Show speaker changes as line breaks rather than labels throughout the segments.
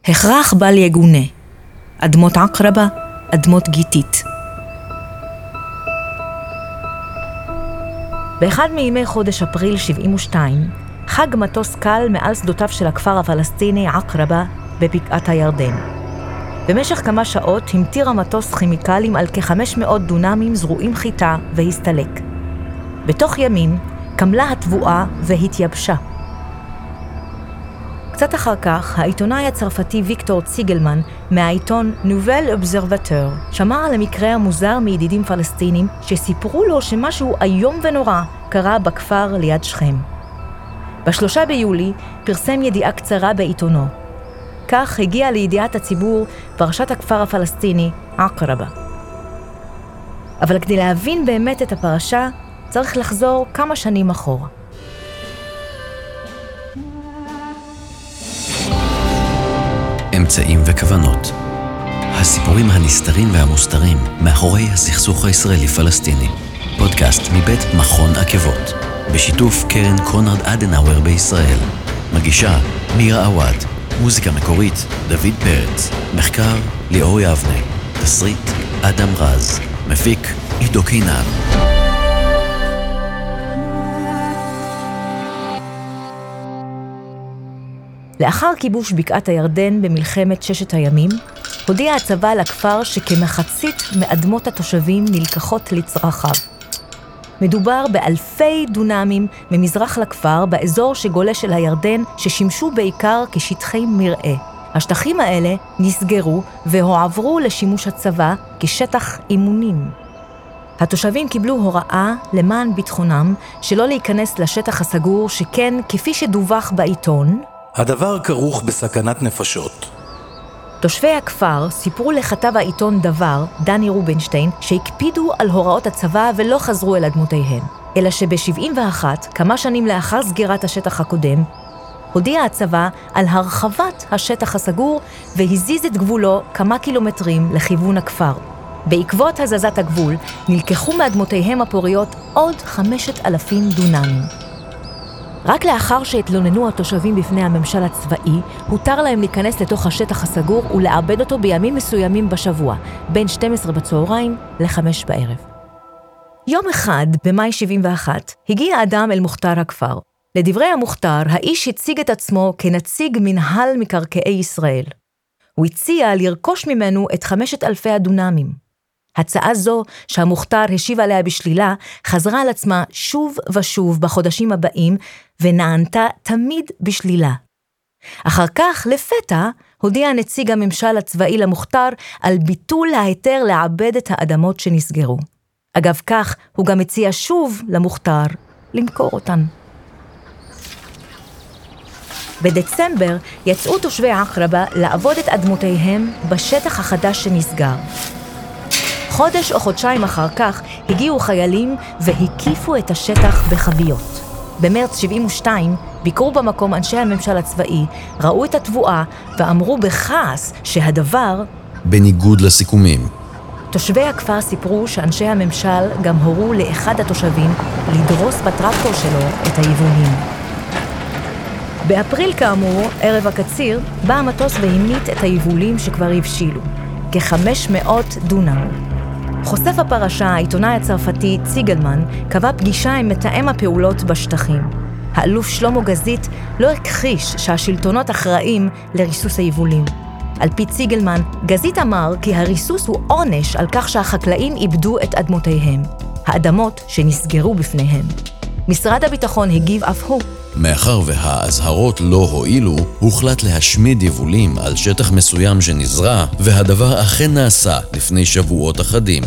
הכרח בל יגונה. אדמות עקרבה, אדמות גיתית. באחד מימי חודש אפריל 72, חג מטוס קל מעל שדותיו של הכפר הפלסטיני עקרבה בבקעת הירדן. במשך כמה שעות המטיר המטוס כימיקלים על כ-500 דונמים זרועים חיטה והסתלק. בתוך ימים קמלה התבואה והתייבשה. קצת אחר כך, העיתונאי הצרפתי ויקטור ציגלמן מהעיתון נובל אובזרבטור שמע על המקרה המוזר מידידים פלסטינים שסיפרו לו שמשהו איום ונורא קרה בכפר ליד שכם. ב3 ביולי פרסם ידיעה קצרה בעיתונו. כך הגיעה לידיעת הציבור פרשת הכפר הפלסטיני עקרבה. אבל כדי להבין באמת את הפרשה, צריך לחזור כמה שנים אחורה.
אמצעים וכוונות. הסיפורים הנסתרים והמוסתרים מאחורי הסכסוך הישראלי-פלסטיני. פודקאסט מבית מכון עקבות. בשיתוף קרן קונרד אדנאואר בישראל. מגישה מירה עווד. מוזיקה מקורית דוד פרץ. מחקר ליאור יבנה. תסריט אדם רז. מפיק עידו קינן.
לאחר כיבוש בקעת הירדן במלחמת ששת הימים, הודיע הצבא לכפר שכמחצית מאדמות התושבים נלקחות לצרכיו. מדובר באלפי דונמים ממזרח לכפר באזור שגולש אל הירדן ששימשו בעיקר כשטחי מרעה. השטחים האלה נסגרו והועברו לשימוש הצבא כשטח אימונים. התושבים קיבלו הוראה למען ביטחונם שלא להיכנס לשטח הסגור שכן כפי שדווח בעיתון,
הדבר כרוך בסכנת נפשות.
תושבי הכפר סיפרו לכתב העיתון דבר, דני רובינשטיין, שהקפידו על הוראות הצבא ולא חזרו אל אדמותיהם. אלא שב-71, כמה שנים לאחר סגירת השטח הקודם, הודיע הצבא על הרחבת השטח הסגור והזיז את גבולו כמה קילומטרים לכיוון הכפר. בעקבות הזזת הגבול נלקחו מאדמותיהם הפוריות עוד 5,000 דונמים. רק לאחר שהתלוננו התושבים בפני הממשל הצבאי, הותר להם להיכנס לתוך השטח הסגור ולעבד אותו בימים מסוימים בשבוע, בין 12 בצהריים ל-5 בערב. יום אחד, במאי 71, הגיע אדם אל מוכתר הכפר. לדברי המוכתר, האיש הציג את עצמו כנציג מנהל מקרקעי ישראל. הוא הציע לרכוש ממנו את 5,000 הדונמים. הצעה זו, שהמוכתר השיב עליה בשלילה, חזרה על עצמה שוב ושוב בחודשים הבאים, ונענתה תמיד בשלילה. אחר כך, לפתע, הודיע נציג הממשל הצבאי למוכתר על ביטול ההיתר לעבד את האדמות שנסגרו. אגב כך, הוא גם הציע שוב למוכתר למכור אותן. בדצמבר יצאו תושבי עקרבה לעבוד את אדמותיהם בשטח החדש שנסגר. חודש או חודשיים אחר כך הגיעו חיילים והקיפו את השטח בחביות. במרץ 72 ביקרו במקום אנשי הממשל הצבאי, ראו את התבואה ואמרו בכעס שהדבר
בניגוד לסיכומים.
תושבי הכפר סיפרו שאנשי הממשל גם הורו לאחד התושבים לדרוס בטרקטור שלו את היבולים. באפריל כאמור, ערב הקציר, בא המטוס והמיט את היבולים שכבר הבשילו, כ-500 דונם. חושף הפרשה, העיתונאי הצרפתי ציגלמן, קבע פגישה עם מתאם הפעולות בשטחים. האלוף שלמה גזית לא הכחיש שהשלטונות אחראים לריסוס היבולים. על פי ציגלמן, גזית אמר כי הריסוס הוא עונש על כך שהחקלאים איבדו את אדמותיהם, האדמות שנסגרו בפניהם. משרד הביטחון הגיב אף הוא.
מאחר והאזהרות לא הועילו, הוחלט להשמיד יבולים על שטח מסוים שנזרע, והדבר אכן נעשה לפני שבועות אחדים.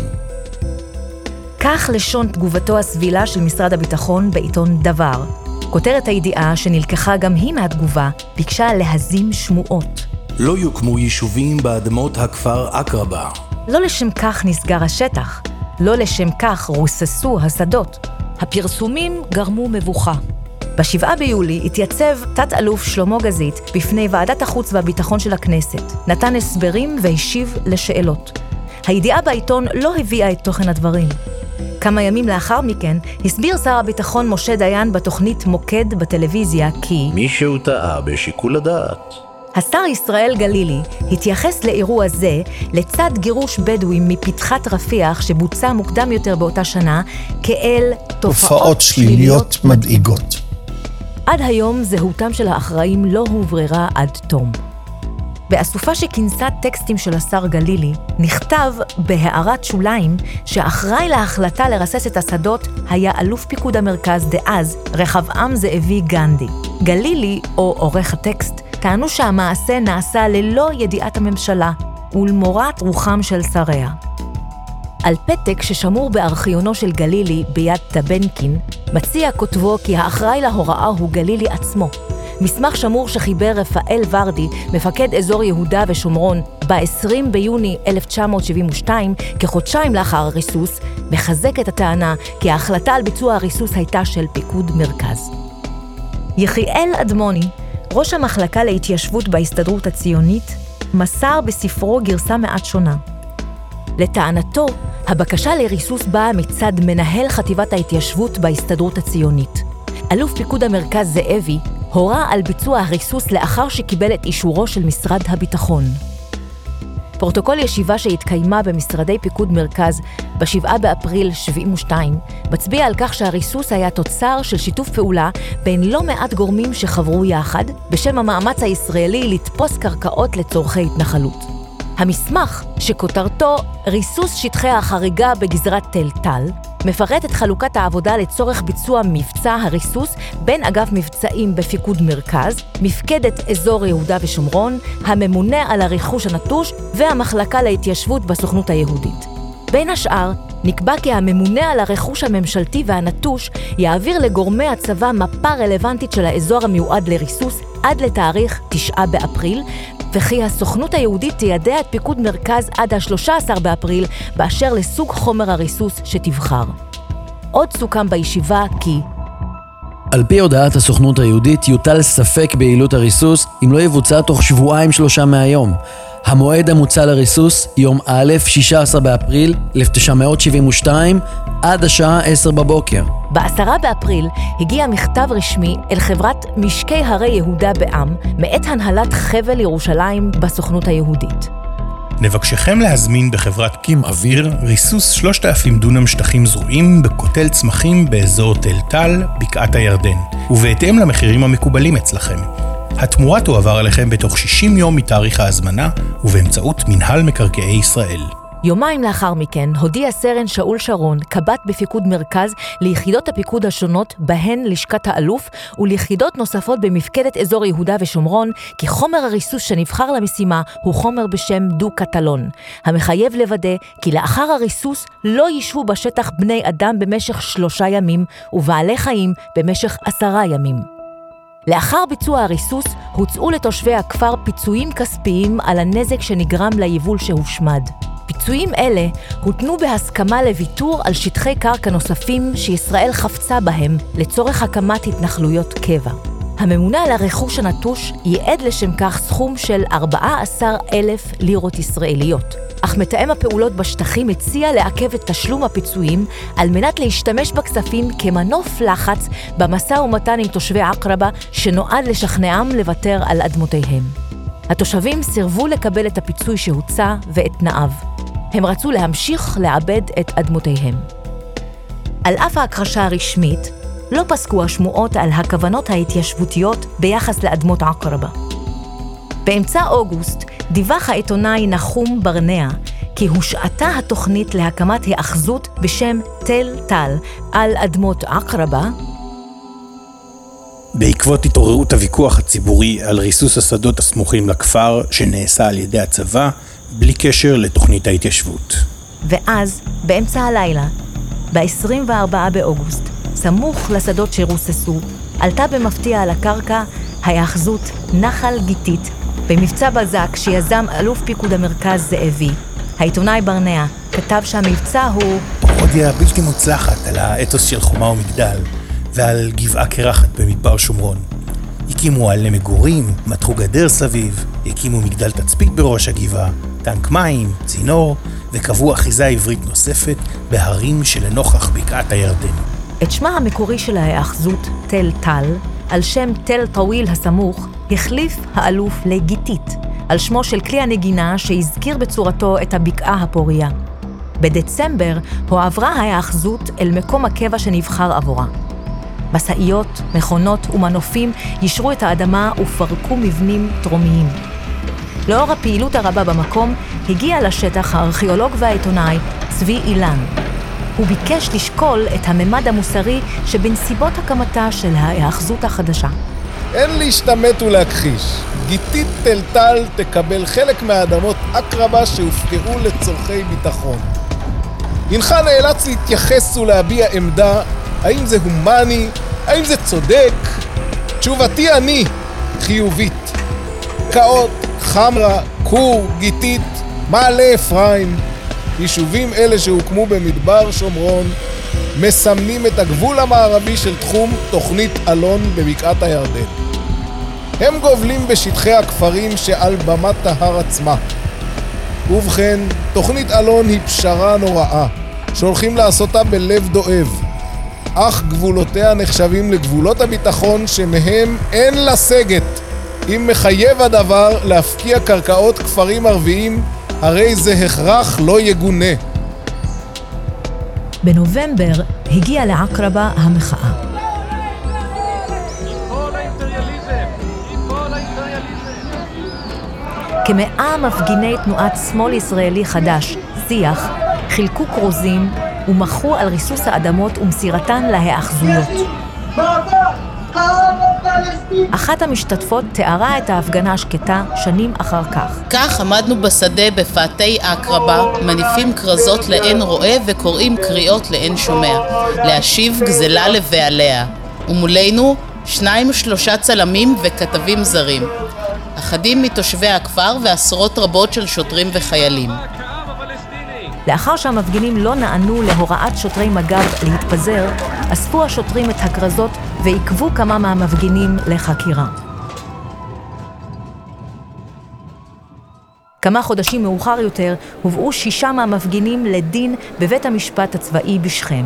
כך לשון תגובתו הסבילה של משרד הביטחון בעיתון דבר. כותרת הידיעה שנלקחה גם היא מהתגובה, ביקשה להזים שמועות.
לא יוקמו יישובים באדמות הכפר עקרבה.
לא לשם כך נסגר השטח, לא לשם כך רוססו השדות. הפרסומים גרמו מבוכה. ב7 ביולי התייצב תת-אלוף שלמה גזית בפני ועדת החוץ והביטחון של הכנסת, נתן הסברים והשיב לשאלות. הידיעה בעיתון לא הביאה את תוכן הדברים. כמה ימים לאחר מכן הסביר שר הביטחון משה דיין בתוכנית מוקד בטלוויזיה כי
מישהו טעה בשיקול הדעת.
השר ישראל גלילי התייחס לאירוע זה לצד גירוש בדואים מפתחת רפיח שבוצע מוקדם יותר באותה שנה כאל
תופעות שליליות מדאיגות.
עד היום זהותם של האחראים לא הובררה עד תום. באסופה שכינסה טקסטים של השר גלילי, נכתב בהערת שוליים שהאחראי להחלטה לרסס את השדות היה אלוף פיקוד המרכז דאז, רחבעם זאבי גנדי. גלילי, או עורך הטקסט, טענו שהמעשה נעשה ללא ידיעת הממשלה ולמורת רוחם של שריה. על פתק ששמור בארכיונו של גלילי ביד טבנקין, מציע כותבו כי האחראי להוראה הוא גלילי עצמו. מסמך שמור שחיבר רפאל ורדי, מפקד אזור יהודה ושומרון, ב-20 ביוני 1972, כחודשיים לאחר הריסוס, מחזק את הטענה כי ההחלטה על ביצוע הריסוס הייתה של פיקוד מרכז. יחיאל אדמוני, ראש המחלקה להתיישבות בהסתדרות הציונית, מסר בספרו גרסה מעט שונה. לטענתו, הבקשה לריסוס באה מצד מנהל חטיבת ההתיישבות בהסתדרות הציונית. אלוף פיקוד המרכז זאבי הורה על ביצוע הריסוס לאחר שקיבל את אישורו של משרד הביטחון. פרוטוקול ישיבה שהתקיימה במשרדי פיקוד מרכז ב-7 באפריל 72 מצביע על כך שהריסוס היה תוצר של שיתוף פעולה בין לא מעט גורמים שחברו יחד בשם המאמץ הישראלי לתפוס קרקעות לצורכי התנחלות. המסמך, שכותרתו ריסוס שטחי החריגה בגזרת תל טל, מפרט את חלוקת העבודה לצורך ביצוע מבצע הריסוס בין אגף מבצעים בפיקוד מרכז, מפקדת אזור יהודה ושומרון, הממונה על הרכוש הנטוש והמחלקה להתיישבות בסוכנות היהודית. בין השאר, נקבע כי הממונה על הרכוש הממשלתי והנטוש יעביר לגורמי הצבא מפה רלוונטית של האזור המיועד לריסוס עד לתאריך 9 באפריל, וכי הסוכנות היהודית תיידע את פיקוד מרכז עד ה-13 באפריל באשר לסוג חומר הריסוס שתבחר. עוד סוכם בישיבה כי
על פי הודעת הסוכנות היהודית יוטל ספק ביעילות הריסוס אם לא יבוצע תוך 2-3 מהיום. המועד המוצע לריסוס יום א' 16 באפריל 1972 עד השעה 10 בבוקר.
ב10 באפריל הגיע מכתב רשמי אל חברת משקי הרי יהודה בעם מאת הנהלת חבל ירושלים בסוכנות היהודית.
נבקשכם להזמין בחברת קים אוויר ריסוס 3,000 דונם שטחים זרועים בקוטל צמחים באזור תל טל, בקעת הירדן, ובהתאם למחירים המקובלים אצלכם. התמורה תועבר עליכם בתוך 60 יום מתאריך ההזמנה ובאמצעות מנהל מקרקעי ישראל.
יומיים לאחר מכן הודיע סרן שאול שרון, קב"ט בפיקוד מרכז, ליחידות הפיקוד השונות, בהן לשכת האלוף, וליחידות נוספות במפקדת אזור יהודה ושומרון, כי חומר הריסוס שנבחר למשימה הוא חומר בשם דו-קטלון, המחייב לוודא כי לאחר הריסוס לא ישהו בשטח בני אדם במשך 3 ימים, ובעלי חיים במשך 10 ימים. לאחר ביצוע הריסוס הוצאו לתושבי הכפר פיצויים כספיים על הנזק שנגרם ליבול שהושמד. פיצויים אלה הותנו בהסכמה לוויתור על שטחי קרקע נוספים שישראל חפצה בהם לצורך הקמת התנחלויות קבע. הממונה על הרכוש הנטוש ייעד לשם כך סכום של 14,000 לירות ישראליות. אך מתאם הפעולות בשטחים הציע לעכב את תשלום הפיצויים על מנת להשתמש בכספים כמנוף לחץ במשא ומתן עם תושבי עקרבה שנועד לשכנעם לוותר על אדמותיהם. התושבים סירבו לקבל את הפיצוי שהוצע ואת תנאיו. הם רצו להמשיך לעבד את אדמותיהם. על אף ההכחשה הרשמית, לא פסקו השמועות על הכוונות ההתיישבותיות ביחס לאדמות עקרבה. באמצע אוגוסט דיווח העיתונאי נחום ברנע כי הושעתה התוכנית להקמת האחזות בשם תל טל על אדמות עקרבה.
בעקבות התעוררות הוויכוח הציבורי על ריסוס השדות הסמוכים לכפר שנעשה על ידי הצבא, בלי קשר לתוכנית ההתיישבות.
ואז, באמצע הלילה, ב-24 באוגוסט, סמוך לשדות שרוססו, עלתה במפתיע על הקרקע ההאחזות נחל גיתית, במבצע בזק שיזם אלוף פיקוד המרכז זאבי. העיתונאי ברנע כתב שהמבצע הוא
פרודיה בלתי מוצלחת על האתוס של חומה ומגדל ועל גבעה קרחת במדבר שומרון. הקימו עלי מגורים, מתחו גדר סביב, הקימו מגדל תצפית בראש הגבעה, טנק מים, צינור, וקבעו אחיזה עברית נוספת בהרים שלנוכח בקעת הירדן.
את שמה המקורי של ההאחזות, תל טל, על שם תל טוויל הסמוך, החליף האלוף לגיטית, על שמו של כלי הנגינה שהזכיר בצורתו את הבקעה הפוריה. בדצמבר הועברה ההאחזות אל מקום הקבע שנבחר עבורה. משאיות, מכונות ומנופים ישרו את האדמה ופרקו מבנים טרומיים. לאור הפעילות הרבה במקום, הגיע לשטח הארכיאולוג והעיתונאי צבי אילן. הוא ביקש לשקול את הממד המוסרי שבנסיבות הקמתה של ההאחזות החדשה.
אין להשתמט ולהכחיש. גיטית תל-תל תקבל חלק מהאדמות עקרבה שהופקעו לצורכי ביטחון. אינך נאלץ להתייחס ולהביע עמדה, האם זה הומני, האם זה צודק? תשובתי אני, חיובית. קאות, חמרה, קור, גיטית, מעלה אפרים. יישובים אלה שהוקמו במדבר שומרון מסמנים את הגבול המערבי של תחום תוכנית אלון בבקעת הירדן. הם גובלים בשטחי הכפרים שעל במת ההר עצמה. ובכן, תוכנית אלון היא פשרה נוראה, שהולכים לעשותה בלב דואב. אך גבולותיה נחשבים לגבולות הביטחון שמהם אין לסגת. אם מחייב הדבר להפקיע קרקעות כפרים ערביים, הרי זה הכרח לא יגונה.
בנובמבר הגיע לעקרבה המחאה. כ100 מפגיני תנועת שמאל ישראלי חדש, שיח, חילקו כרוזים ומחו על ריסוס האדמות ומסירתן להאחזויות. אחת המשתתפות תיארה את ההפגנה השקטה שנים אחר כך.
כך עמדנו בשדה בפאתי עקרבה, מניפים כרזות לאין רואה וקוראים קריאות לאין שומע, להשיב גזלה לבעליה. ומולנו 2-3 צלמים וכתבים זרים. אחדים מתושבי הכפר ועשרות רבות של שוטרים וחיילים.
לאחר שהמפגינים לא נענו להוראת שוטרי מג"ב להתפזר, אספו השוטרים את הכרזות ועיכבו כמה מהמפגינים לחקירה. כמה חודשים מאוחר יותר הובאו 6 מהמפגינים לדין בבית המשפט הצבאי בשכם.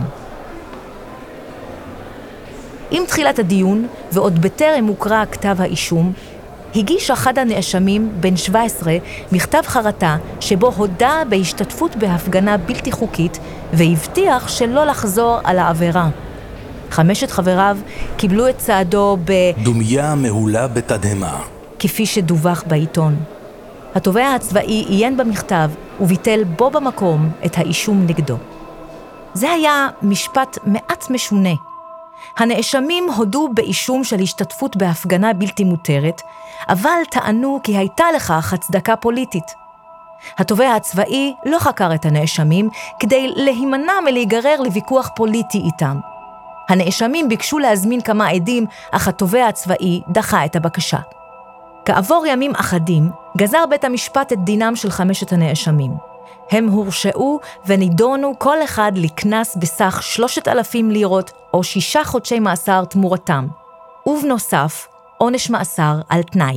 עם תחילת הדיון, ועוד בטרם הוקרא כתב האישום, הגיש אחד הנאשמים, בן 17, מכתב חרטה שבו הודה בהשתתפות בהפגנה בלתי חוקית והבטיח שלא לחזור על העבירה. 5 חבריו קיבלו את צעדו
דומיה מהולה בתדהמה,
כפי שדווח בעיתון. התובע הצבאי עיין במכתב וביטל בו במקום את האישום נגדו. זה היה משפט מעט משונה. הנאשמים הודו באישום של השתתפות בהפגנה בלתי מותרת, אבל טענו כי הייתה לכך הצדקה פוליטית. התובע הצבאי לא חקר את הנאשמים כדי להימנע מלהיגרר לוויכוח פוליטי איתם. הנאשמים ביקשו להזמין כמה עדים, אך התובע הצבאי דחה את הבקשה. כעבור ימים אחדים, גזר בית המשפט את דינם של 5 הנאשמים. הם הורשעו ונידונו כל אחד לקנס בסך 3,000 לירות או 6 חודשי מאסר תמורתם. ובנוסף, עונש מאסר על תנאי.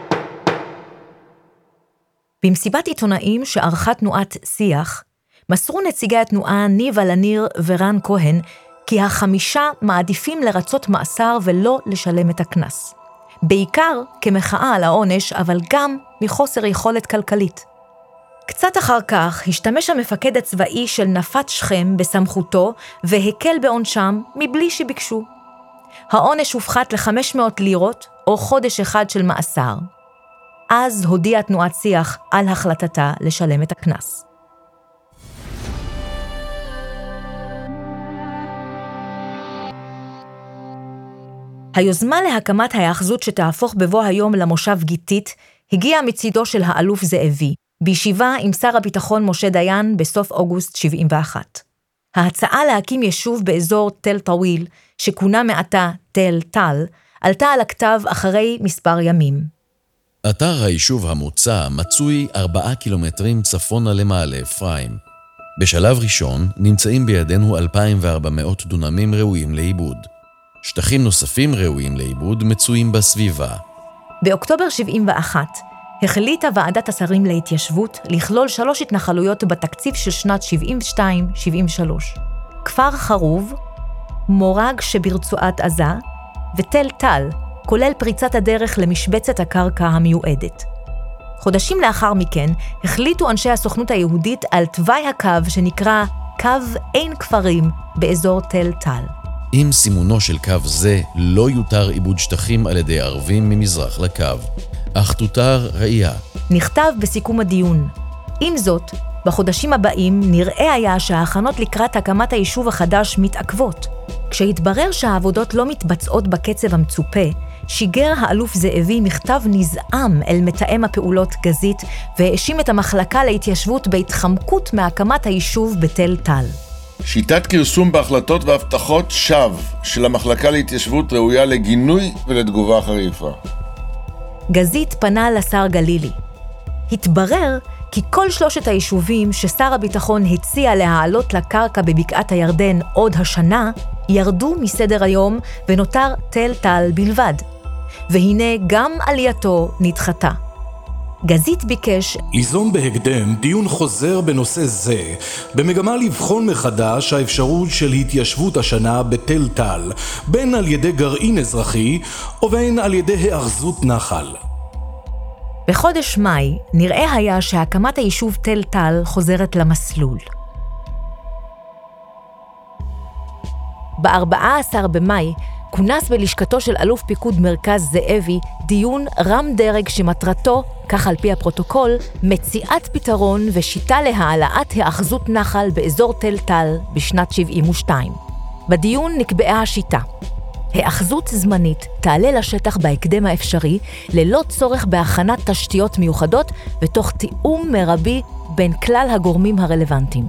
במסיבת עיתונאים שערכה תנועת שיח, מסרו נציגי התנועה ניב אלניר ורן כהן כי 5 מעדיפים לרצות מאסר ולא לשלם את הקנס. בעיקר כמחאה על העונש, אבל גם מחוסר יכולת כלכלית. קצת אחר כך השתמש המפקד הצבאי של נפת שכם בסמכותו והקל בעונשם מבלי שביקשו. העונש הופחת ל500 לירות או חודש אחד של מאסר. אז הודיעה תנועת שיח על החלטתה לשלם את הקנס. היוזמה להקמת ההאחזות שתהפוך בבוא היום למושב גיטית הגיעה מצידו של האלוף זאבי, בישיבה עם שר הביטחון משה דיין בסוף אוגוסט 71. ההצעה להקים יישוב באזור תל טוויל, שכונה מעתה תל טל, עלתה על הכתב אחרי מספר ימים.
אתר היישוב המוצע מצוי 4 קילומטרים צפונה למעלה אפרים. בשלב ראשון נמצאים בידינו 2,400 דונמים ראויים לעיבוד. שטחים נוספים ראויים לעיבוד מצויים בסביבה.
באוקטובר 71 החליטה ועדת השרים להתיישבות לכלול 3 התנחלויות בתקציב של שנת 72-73. כפר חרוב, מורג שברצועת עזה ותל טל, כולל פריצת הדרך למשבצת הקרקע המיועדת. חודשים לאחר מכן החליטו אנשי הסוכנות היהודית על תוואי הקו שנקרא קו אין כפרים באזור תל טל.
עם סימונו של קו זה לא יותר עיבוד שטחים על ידי ערבים ממזרח לקו, אך תותר ראייה.
נכתב בסיכום הדיון. עם זאת, בחודשים הבאים נראה היה שההכנות לקראת הקמת היישוב החדש מתעכבות. כשהתברר שהעבודות לא מתבצעות בקצב המצופה, שיגר האלוף זאבי מכתב נזעם אל מתאם הפעולות גזית והאשים את המחלקה להתיישבות בהתחמקות מהקמת היישוב בתל טל.
שיטת כרסום בהחלטות והבטחות שווא של המחלקה להתיישבות ראויה לגינוי ולתגובה חריפה.
גזית פנה לשר גלילי. התברר כי כל 3 היישובים ששר הביטחון הציע להעלות לקרקע בבקעת הירדן עוד השנה, ירדו מסדר היום ונותר תל טל בלבד. והנה גם עלייתו נדחתה. גזית ביקש
ליזום בהקדם דיון חוזר בנושא זה, במגמה לבחון מחדש האפשרות של התיישבות השנה בתל טל, בין על ידי גרעין אזרחי ובין על ידי היאחזות נחל.
בחודש מאי נראה היה שהקמת היישוב תל טל חוזרת למסלול. ב-14 במאי כונס בלשכתו של אלוף פיקוד מרכז זאבי דיון רם דרג שמטרתו, כך על פי הפרוטוקול, מציאת פתרון ושיטה להעלאת היאחזות נחל באזור תל טל בשנת 72. בדיון נקבעה השיטה. היאחזות זמנית תעלה לשטח בהקדם האפשרי, ללא צורך בהכנת תשתיות מיוחדות ותוך תיאום מרבי בין כלל הגורמים הרלוונטיים.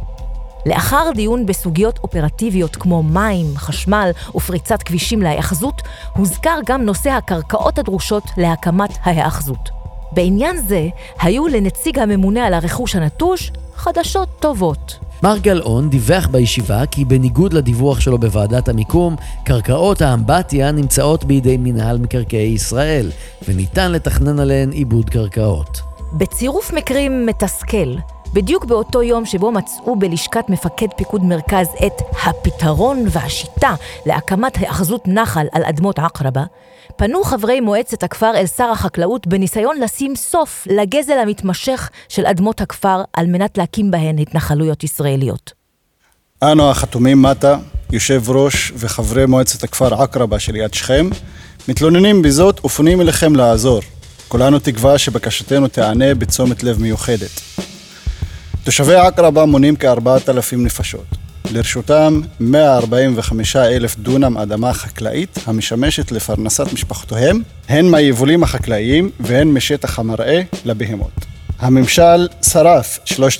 לאחר דיון בסוגיות אופרטיביות כמו מים, חשמל ופריצת כבישים להיאחזות, הוזכר גם נושא הקרקעות הדרושות להקמת ההיאחזות. בעניין זה היו לנציג הממונה על הרכוש הנטוש חדשות טובות.
מר גלאון דיווח בישיבה כי בניגוד לדיווח שלו בוועדת המיקום, קרקעות האמבטיה נמצאות בידי מינהל מקרקעי ישראל, וניתן לתכנן עליהן עיבוד קרקעות.
בצירוף מקרים מתסכל, בדיוק באותו יום שבו מצאו בלשכת מפקד פיקוד מרכז את הפתרון והשיטה להקמת היאחזות נחל על אדמות עקרבה, פנו חברי מועצת הכפר אל שר החקלאות בניסיון לשים סוף לגזל המתמשך של אדמות הכפר על מנת להקים בהן התנחלויות ישראליות.
אנו החתומים מטה, יושב ראש וחברי מועצת הכפר עקרבה של יד שכם, מתלוננים בזאת ופונים אליכם לעזור. כולנו תקווה שבקשתנו תענה בתשומת לב מיוחדת. תושבי עקרבה מונים כ-4,000 נפשות. לרשותם 145,000 דונם אדמה חקלאית המשמשת לפרנסת משפחותיהם, הן מהיבולים החקלאיים והן משטח המרעה לבהמות. הממשל שרף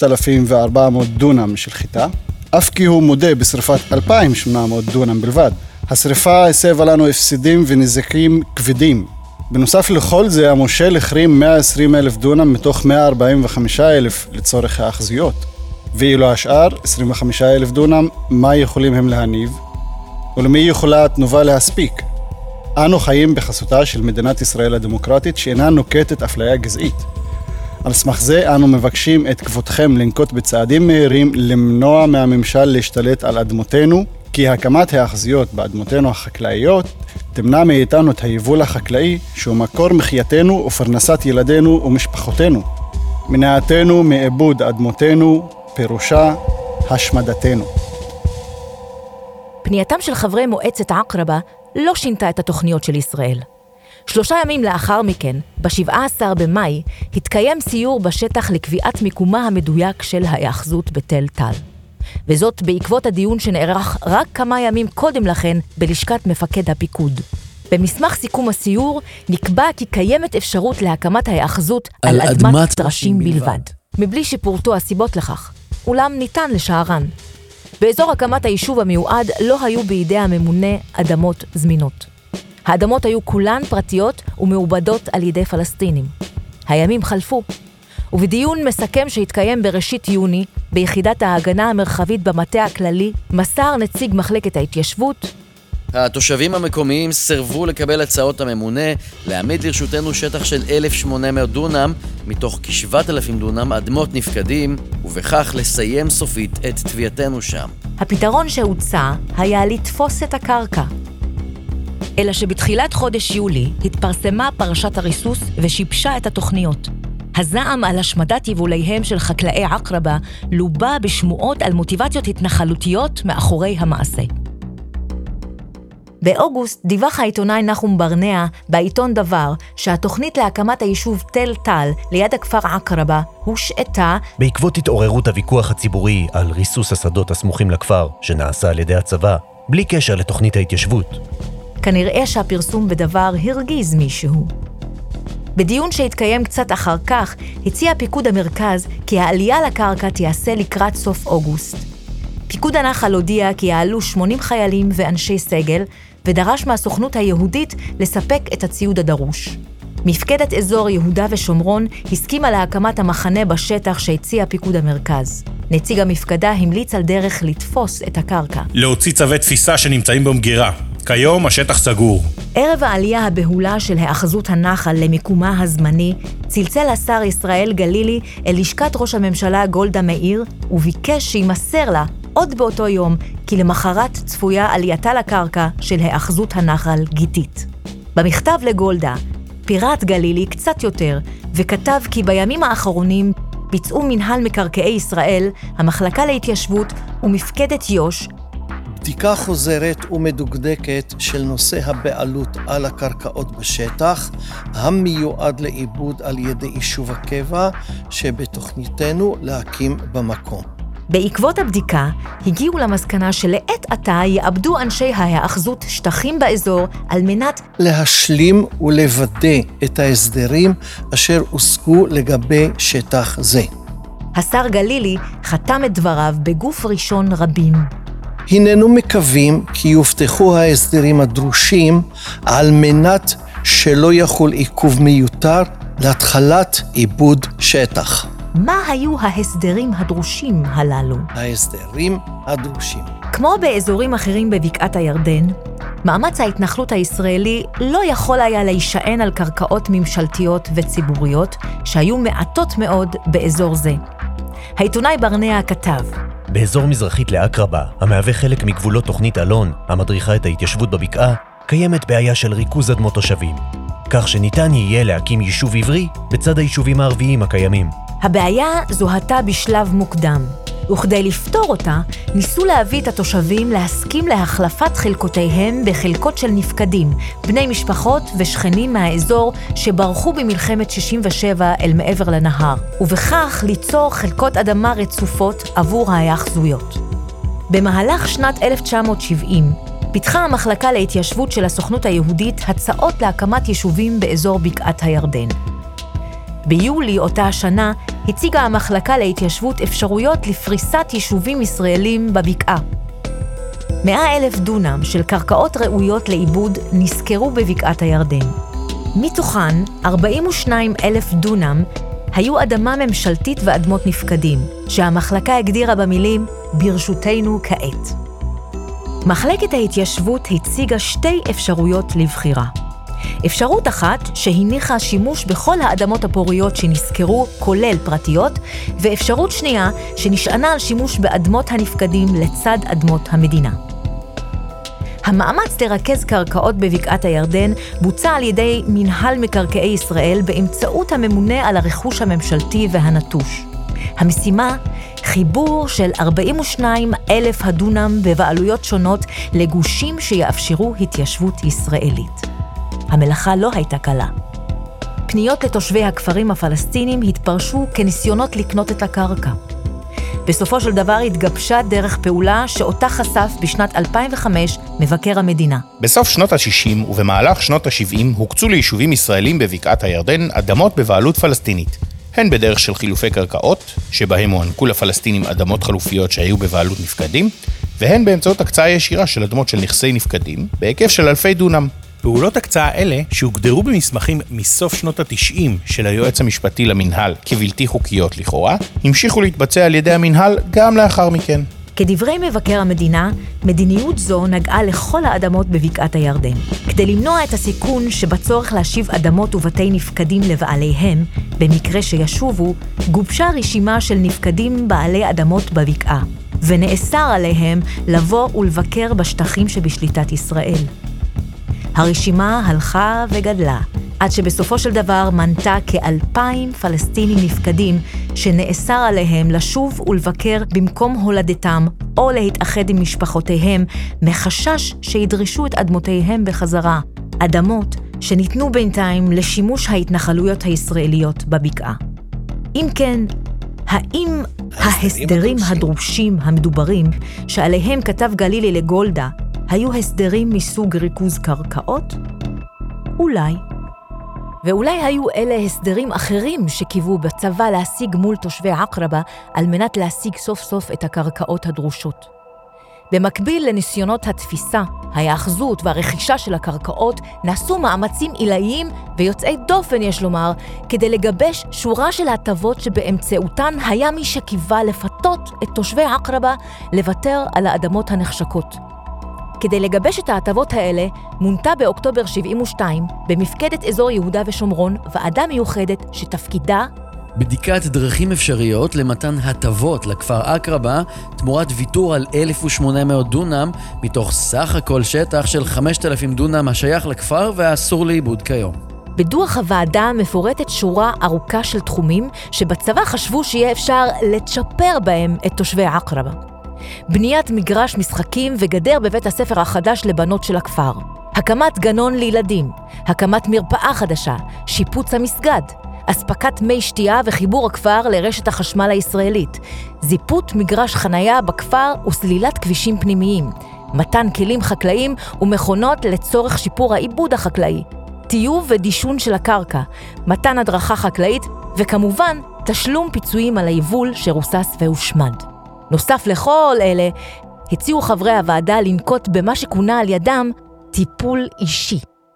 3,400 דונם של חיטה, אף כי הוא מודה בשריפת 2,800 דונם בלבד. השריפה הסבה לנו הפסדים ונזקים כבדים. בנוסף לכל זה, המושל החרים 120,000 דונם מתוך 145,000 לצורך האחזויות. ואילו השאר, 25,000 דונם, מה יכולים הם להניב? ולמי יכולה התנובה להספיק? אנו חיים בחסותה של מדינת ישראל הדמוקרטית שאינה נוקטת אפליה גזעית. על סמך זה אנו מבקשים את כבודכם לנקוט בצעדים מהירים למנוע מהממשל להשתלט על אדמותינו, כי הקמת האחזויות באדמותינו החקלאיות תמנע מאיתנו את היבול החקלאי שהוא מקור מחייתנו ופרנסת ילדינו ומשפחותינו. מניעתנו מאיבוד אדמותינו פירושה השמדתנו.
פנייתם של חברי מועצת עקרבה לא שינתה את התוכניות של ישראל. 3 ימים לאחר מכן, ב-17 במאי, התקיים סיור בשטח לקביעת מיקומה המדויק של ההיאחזות בתל טל. וזאת בעקבות הדיון שנערך רק כמה ימים קודם לכן בלשכת מפקד הפיקוד. במסמך סיכום הסיור נקבע כי קיימת אפשרות להקמת ההיאחזות על אדמת טרשים בלבד, מבלי שפורטו הסיבות לכך, אולם ניתן לשערן. באזור הקמת היישוב המיועד לא היו בידי הממונה אדמות זמינות. האדמות היו כולן פרטיות ומעובדות על ידי פלסטינים. הימים חלפו, ובדיון מסכם שהתקיים בראשית יוני, ביחידת ההגנה המרחבית במטה הכללי, מסר נציג מחלקת ההתיישבות.
התושבים המקומיים סרבו לקבל הצעות הממונה להעמיד לרשותנו שטח של 1,800 דונם, מתוך כ-7,000 דונם אדמות נפקדים, ובכך לסיים סופית את תביעתנו שם.
הפתרון שהוצע היה לתפוס את הקרקע. אלא שבתחילת חודש יולי התפרסמה פרשת הריסוס ושיבשה את התוכניות. הזעם על השמדת יבוליהם של חקלאי עקרבה לובה בשמועות על מוטיבציות התנחלותיות מאחורי המעשה. באוגוסט דיווח העיתונאי נחום ברנע בעיתון דבר שהתוכנית להקמת היישוב תל טל ליד הכפר עקרבה הושעתה
בעקבות התעוררות הוויכוח הציבורי על ריסוס השדות הסמוכים לכפר שנעשה על ידי הצבא, בלי קשר לתוכנית ההתיישבות.
כנראה שהפרסום בדבר הרגיז מישהו. בדיון שהתקיים קצת אחר כך, הציע פיקוד המרכז כי העלייה לקרקע תיעשה לקראת סוף אוגוסט. פיקוד הנחל הודיע כי יעלו 80 חיילים ואנשי סגל, ודרש מהסוכנות היהודית לספק את הציוד הדרוש. מפקדת אזור יהודה ושומרון הסכימה להקמת המחנה בשטח שהציע פיקוד המרכז. נציג המפקדה המליץ על דרך לתפוס את הקרקע.
להוציא צווי תפיסה שנמצאים במגירה. כיום השטח סגור.
ערב העלייה הבהולה של האחזות הנחל למיקומה הזמני, צלצל השר ישראל גלילי אל לשכת ראש הממשלה גולדה מאיר, וביקש שימסר לה עוד באותו יום, כי למחרת צפויה עלייתה לקרקע של האחזות הנחל גיתית. במכתב לגולדה, פירט גלילי קצת יותר, וכתב כי בימים האחרונים ביצעו מנהל מקרקעי ישראל, המחלקה להתיישבות ומפקדת יו"ש,
בדיקה חוזרת ומדוקדקת של נושא הבעלות על הקרקעות בשטח, המיועד לעיבוד על ידי יישוב הקבע שבתוכניתנו להקים במקום.
בעקבות הבדיקה, הגיעו למסקנה שלעת עתה יעבדו אנשי ההאחזות שטחים באזור על מנת
להשלים ולוודא את ההסדרים אשר הושגו לגבי שטח זה.
השר גלילי חתם את דבריו בגוף ראשון רבים.
הננו מקווים כי יובטחו ההסדרים הדרושים על מנת שלא יחול עיכוב מיותר להתחלת עיבוד שטח.
מה היו ההסדרים הדרושים הללו?
ההסדרים הדרושים.
כמו באזורים אחרים בבקעת הירדן, מאמץ ההתנחלות הישראלי לא יכול היה להישען על קרקעות ממשלתיות וציבוריות שהיו מעטות מאוד באזור זה. העיתונאי ברנע כתב,
באזור מזרחית לעקרבה, המהווה חלק מגבולות תוכנית אלון, המדריכה את ההתיישבות בבקעה, קיימת בעיה של ריכוז אדמות תושבים, כך שניתן יהיה להקים יישוב עברי בצד היישובים הערביים הקיימים.
הבעיה זוהתה בשלב מוקדם, וכדי לפתור אותה, ניסו להביא את התושבים להסכים להחלפת חלקותיהם בחלקות של נפקדים, בני משפחות ושכנים מהאזור שברחו במלחמת 67 אל מעבר לנהר, ובכך ליצור חלקות אדמה רצופות עבור ההאחזויות. במהלך שנת 1970, פיתחה המחלקה להתיישבות של הסוכנות היהודית הצעות להקמת יישובים באזור בקעת הירדן. ביולי אותה השנה הציגה המחלקה להתיישבות אפשרויות לפריסת יישובים ישראלים בבקעה. 100,000 דונם של קרקעות ראויות לעיבוד נזכרו בבקעת הירדן. מתוכן 42,000 דונם היו אדמה ממשלתית ואדמות נפקדים, שהמחלקה הגדירה במילים ברשותנו כעת. מחלקת ההתיישבות הציגה שתי אפשרויות לבחירה. אפשרות אחת שהניחה שימוש בכל האדמות הפוריות שנזכרו, כולל פרטיות, ואפשרות שנייה שנשענה על שימוש באדמות הנפקדים לצד אדמות המדינה. המאמץ לרכז קרקעות בבקעת הירדן בוצע על ידי מנהל מקרקעי ישראל באמצעות הממונה על הרכוש הממשלתי והנטוש. המשימה, חיבור של 42,000 הדונם בבעלויות שונות לגושים שיאפשרו התיישבות ישראלית. המלאכה לא הייתה קלה. פניות לתושבי הכפרים הפלסטינים התפרשו כניסיונות לקנות את הקרקע. בסופו של דבר התגבשה דרך פעולה שאותה חשף בשנת 2005 מבקר המדינה.
בסוף שנות ה-60 ובמהלך שנות ה-70 הוקצו ליישובים ישראלים בבקעת הירדן אדמות בבעלות פלסטינית. הן בדרך של חילופי קרקעות, שבהם הוענקו לפלסטינים אדמות חלופיות שהיו בבעלות נפקדים, והן באמצעות הקצאה ישירה של אדמות של נכסי נפקדים, בהיקף של אלפי דונם.
פעולות הקצאה אלה, שהוגדרו במסמכים מסוף שנות ה-90 של היועץ המשפטי למנהל כבלתי חוקיות לכאורה, המשיכו להתבצע על ידי המנהל גם לאחר מכן.
כדברי מבקר המדינה, מדיניות זו נגעה לכל האדמות בבקעת הירדן. כדי למנוע את הסיכון שבצורך להשיב אדמות ובתי נפקדים לבעליהם, במקרה שישובו, גובשה רשימה של נפקדים בעלי אדמות בבקעה, ונאסר עליהם לבוא ולבקר בשטחים שבשליטת ישראל. הרשימה הלכה וגדלה, עד שבסופו של דבר מנתה כ2,000 פלסטינים נפקדים שנאסר עליהם לשוב ולבקר במקום הולדתם או להתאחד עם משפחותיהם מחשש שידרשו את אדמותיהם בחזרה, אדמות שניתנו בינתיים לשימוש ההתנחלויות הישראליות בבקעה. אם כן, האם ההסדרים הדרושים המדוברים שעליהם כתב גלילי לגולדה היו הסדרים מסוג ריכוז קרקעות? אולי. ואולי היו אלה הסדרים אחרים שקיוו בצבא להשיג מול תושבי עקרבה על מנת להשיג סוף סוף את הקרקעות הדרושות. במקביל לניסיונות התפיסה, ההאחזות והרכישה של הקרקעות נעשו מאמצים עילאיים ויוצאי דופן יש לומר, כדי לגבש שורה של הטבות שבאמצעותן היה מי שקיווה לפתות את תושבי עקרבה לוותר על האדמות הנחשקות. כדי לגבש את ההטבות האלה, מונתה באוקטובר 72 במפקדת אזור יהודה ושומרון ועדה מיוחדת שתפקידה
בדיקת דרכים אפשריות למתן הטבות לכפר עקרבה תמורת ויתור על 1,800 דונם מתוך סך הכל שטח של 5,000 דונם השייך לכפר והאסור לאיבוד כיום.
בדוח הוועדה מפורטת שורה ארוכה של תחומים שבצבא חשבו שיהיה אפשר לצ'פר בהם את תושבי עקרבה. בניית מגרש משחקים וגדר בבית הספר החדש לבנות של הכפר, הקמת גנון לילדים, הקמת מרפאה חדשה, שיפוץ המסגד, אספקת מי שתייה וחיבור הכפר לרשת החשמל הישראלית, זיפות מגרש חנייה בכפר וסלילת כבישים פנימיים, מתן כלים חקלאיים ומכונות לצורך שיפור העיבוד החקלאי, טיוב ודישון של הקרקע, מתן הדרכה חקלאית וכמובן תשלום פיצויים על היבול שרוסס והושמד. נוסף לכל אלה, הציעו חברי הוועדה לנקוט במה שכונה על ידם טיפול אישי.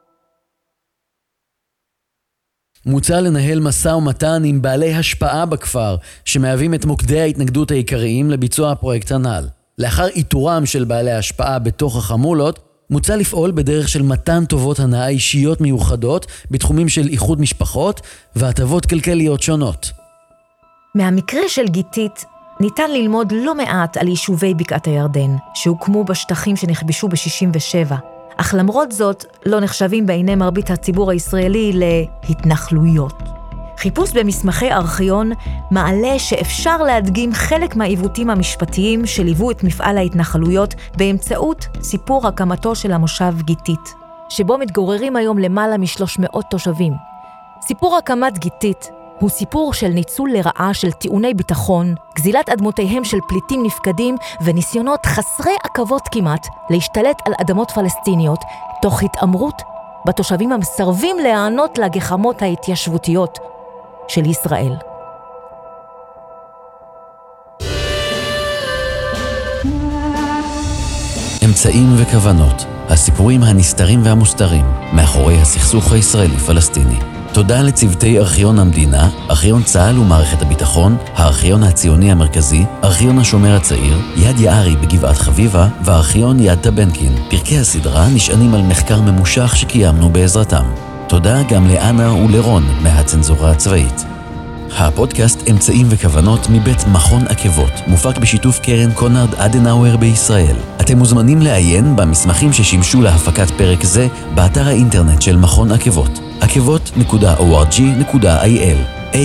מוצע לנהל משא ומתן עם בעלי השפעה בכפר, שמהווים את מוקדי ההתנגדות העיקריים לביצוע הפרויקט הנ"ל. לאחר איתורם של בעלי ההשפעה בתוך החמולות, מוצע לפעול בדרך של מתן טובות הנאה אישיות מיוחדות בתחומים של איחוד משפחות והטבות כלכליות שונות.
מהמקרה של גיתית, ניתן ללמוד לא מעט על יישובי בקעת הירדן, שהוקמו בשטחים שנכבשו ב-67, אך למרות זאת לא נחשבים בעיני מרבית הציבור הישראלי להתנחלויות. חיפוש במסמכי ארכיון מעלה שאפשר להדגים חלק מהעיוותים המשפטיים שליוו את מפעל ההתנחלויות באמצעות סיפור הקמתו של המושב גיתית, שבו מתגוררים היום למעלה מ-300 תושבים. סיפור הקמת גיתית הוא סיפור של ניצול לרעה של טיעוני ביטחון, גזילת אדמותיהם של פליטים נפקדים וניסיונות חסרי עכבות כמעט להשתלט על אדמות פלסטיניות, תוך התאמרות בתושבים המסרבים להיענות לגחמות ההתיישבותיות של ישראל.
אמצעים וכוונות, הסיפורים הנסתרים והמוסתרים מאחורי הסכסוך הישראלי-פלסטיני. תודה לצוותי ארכיון המדינה, ארכיון צה"ל ומערכת הביטחון, הארכיון הציוני המרכזי, ארכיון השומר הצעיר, יד יערי בגבעת חביבה וארכיון יד טבנקין. פרקי הסדרה נשענים על מחקר ממושך שקיימנו בעזרתם. תודה גם לאנה ולרון מהצנזורה הצבאית. הפודקאסט אמצעים וכוונות מבית מכון עקבות, מופק בשיתוף קרן קונרד אדנאואר בישראל. אתם מוזמנים לעיין במסמכים ששימשו להפקת פרק זה באתר האינטרנט של מכון עקבות, akevot.org.il,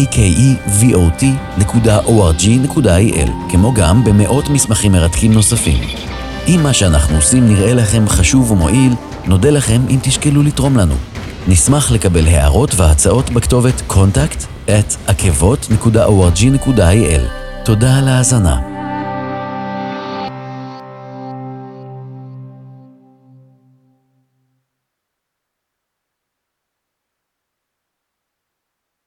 akevot.org.il, כמו גם במאות מסמכים מרתקים נוספים. אם מה שאנחנו עושים נראה לכם חשוב ומועיל, נודה לכם אם תשקלו לתרום לנו. נשמח לקבל הערות והצעות בכתובת contact@akevot.org.il. תודה על ההאזנה.